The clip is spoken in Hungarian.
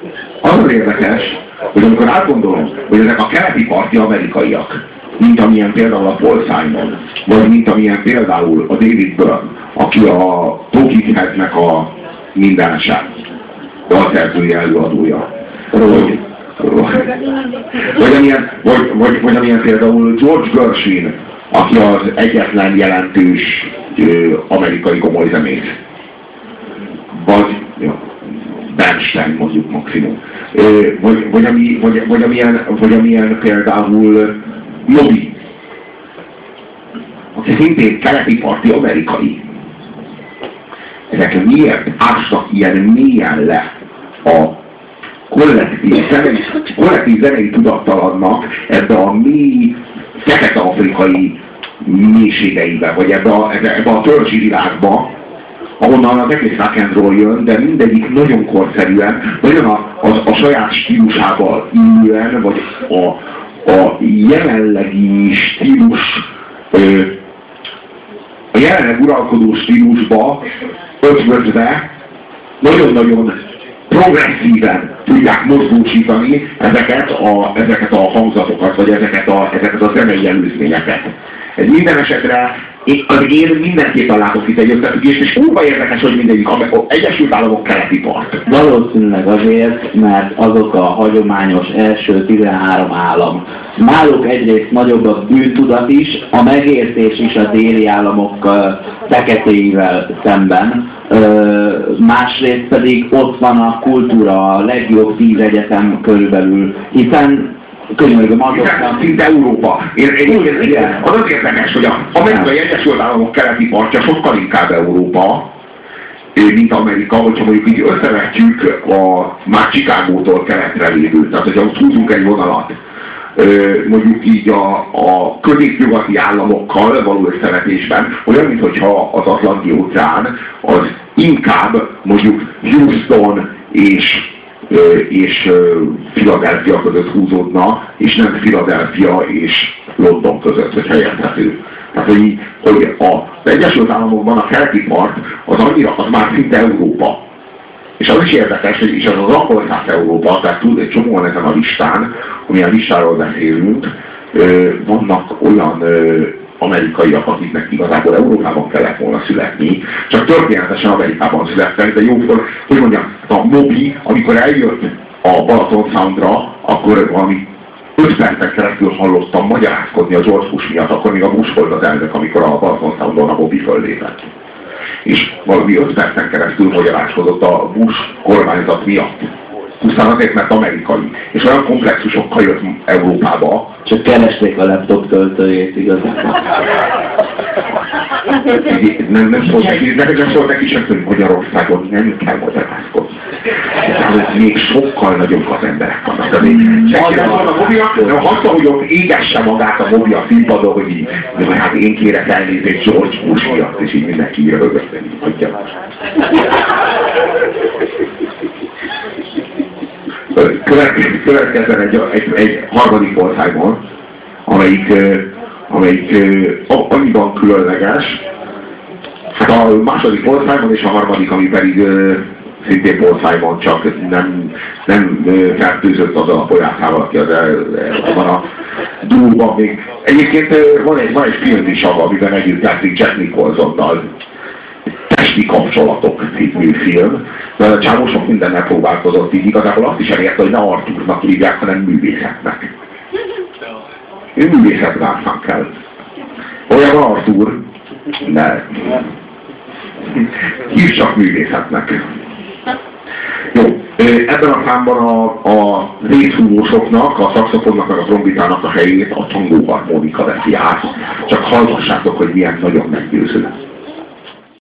Az az érdekes, hogy amikor átgondolom, hogy ezek a keleti parti amerikaiak, mint amilyen például a Paul Simon, vagy mint amilyen például a David Byrne, aki a Talking Headsnek a mindenesát, a szerzője, előadója. Vagy amilyen például George Gershwin, aki az egyetlen jelentős amerikai komoly zenész. Vagy Bernstein mondjuk maximum. Vagy amilyen például Moby, aki szintén keleti parti amerikai. Ezek miért ásnak ilyen mélyen le a kollektív zenei tudattalannak ebbe a mély fekete-afrikai mélységeibe, vagy ebbe a törzsi világba, ahonnan az egész rock and roll jön, de mindegyik nagyon korszerűen, nagyon a saját stílusával illően, vagy a jelenlegi stílus, a jelenleg uralkodó stílusba ötvözve nagyon-nagyon progresszíven tudják mozgósítani ezeket a hangzatokat, vagy ezeket a zenei előzményeket. Ez minden esetre én mindenképpen látok itt egy összefüggést, és kurva érdekes, hogy mindegyik Egyesült Államok keleti part. Valószínűleg azért, mert azok a hagyományos első 13 állam. Náluk egyrészt nagyobb a bűntudat is, a megértés is a déli államok feketéivel szemben. Másrészt pedig ott van a kultúra, a legjobb 10 egyetem körülbelül, hiszen szinte Európa. Az az érdekes, hogy az Amerikai Egyesült Államok keleti partja sokkal inkább Európa, mint Amerika, hogyha mondjuk így összevetjük már Chicagótól keletre lévő. Tehát, hogyha húzunk egy vonalat, mondjuk így a középnyugati államokkal való összevetésben, olyan, mintha az Atlanti-óceán az inkább mondjuk Houston és Philadelphia között húzódna, és nem Philadelphia és London között, hogyha érthető. Tehát, hogy az Egyesült Államokban a keleti part az már szinte Európa. És az is érdekes, hogy is az angolszász Európa, tehát tud egy csomóan ezen a listán, amilyen listáról beszélünk, vannak olyan amerikaiak, akiknek igazából Európában kellett volna születni, csak történetesen Amerikában születtek, de jókor, hogy mondjam, a Moby, amikor eljött a Balaton Soundra, akkor valami 5 percen keresztül hallottam magyarázkodni a George Bush miatt, akkor még a Bush volt az elnök, amikor a Balaton Soundon a Moby föllépett. És valami 5 percen keresztül magyarázkodott a Bush kormányzat miatt. Pusztán azért, mert amerikai. És olyan komplexusokkal jött Európába. Csak keresték a laptop töltőjét igazából. Nem szólt neki sem, hogy Magyarországon nem kell magyarázkodni. Tehát még sokkal nagyobb az emberek vannak. De hagyta, hogy ott égesse magát a Moby a színpadon, hogy így, de hát én kérek elnézést George Bush miatt, és így mindenki rögött, hogy következzen egy harmadik Paul Simon, amelyik annyiban különleges. Hát a második Paul Simon és a harmadik, ami pedig szintén Paul Simon, csak nem fertőzött azzal a polyászával, aki van a duóban még. Egyébként van egy film is, amiben együtt játszik Jack Nicholsonnal. Testi kapcsolatok című film, de a csávó sok mindennel próbálkozott, így igazából azt is elérte, hogy ne Arthurnak hívják, hanem művészetnek. Ő művészet Garfunkel. Olyan Arthur, de hívd csak művészetnek. Jó, ebben a számban a részhúvósoknak, a szaxofonnak, meg a trombitának a helyét a tangó harmonika veszi át. Csak hallgassátok, hogy milyen nagyon meggyőző.